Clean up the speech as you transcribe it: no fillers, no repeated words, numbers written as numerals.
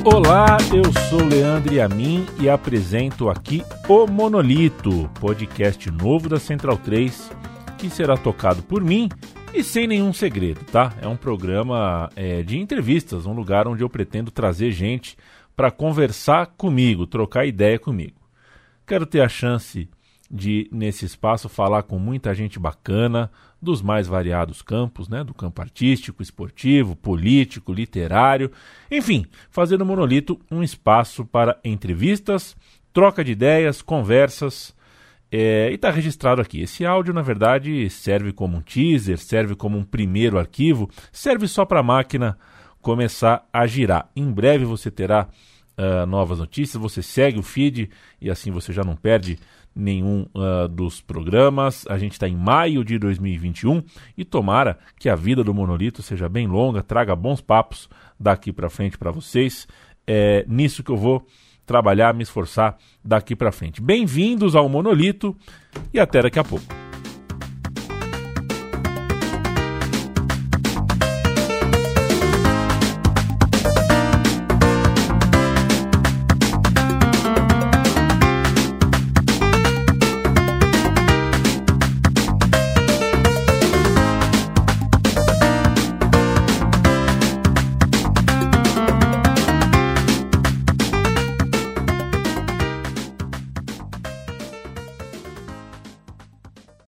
Olá, eu sou Leandro Amin e apresento aqui O Monolito, podcast novo da Central 3, que será tocado por mim e sem nenhum segredo, tá? É um programa de entrevistas, um lugar onde eu pretendo trazer gente para conversar comigo, trocar ideia comigo. Quero ter a chance de, nesse espaço, falar com muita gente bacana, dos mais variados campos, né? Do campo artístico, esportivo, político, literário, enfim, fazer do Monolito um espaço para entrevistas, troca de ideias, conversas, e está registrado aqui. Esse áudio, na verdade, serve como um teaser, serve como um primeiro arquivo, serve só para a máquina começar a girar. Em breve você terá novas notícias, você segue o feed e assim você já não perde nenhum dos programas. A gente está em maio de 2021 e tomara que a vida do Monolito seja bem longa, traga bons papos daqui para frente para vocês. É nisso que eu vou trabalhar, me esforçar daqui para frente. Bem-vindos ao Monolito e até daqui a pouco.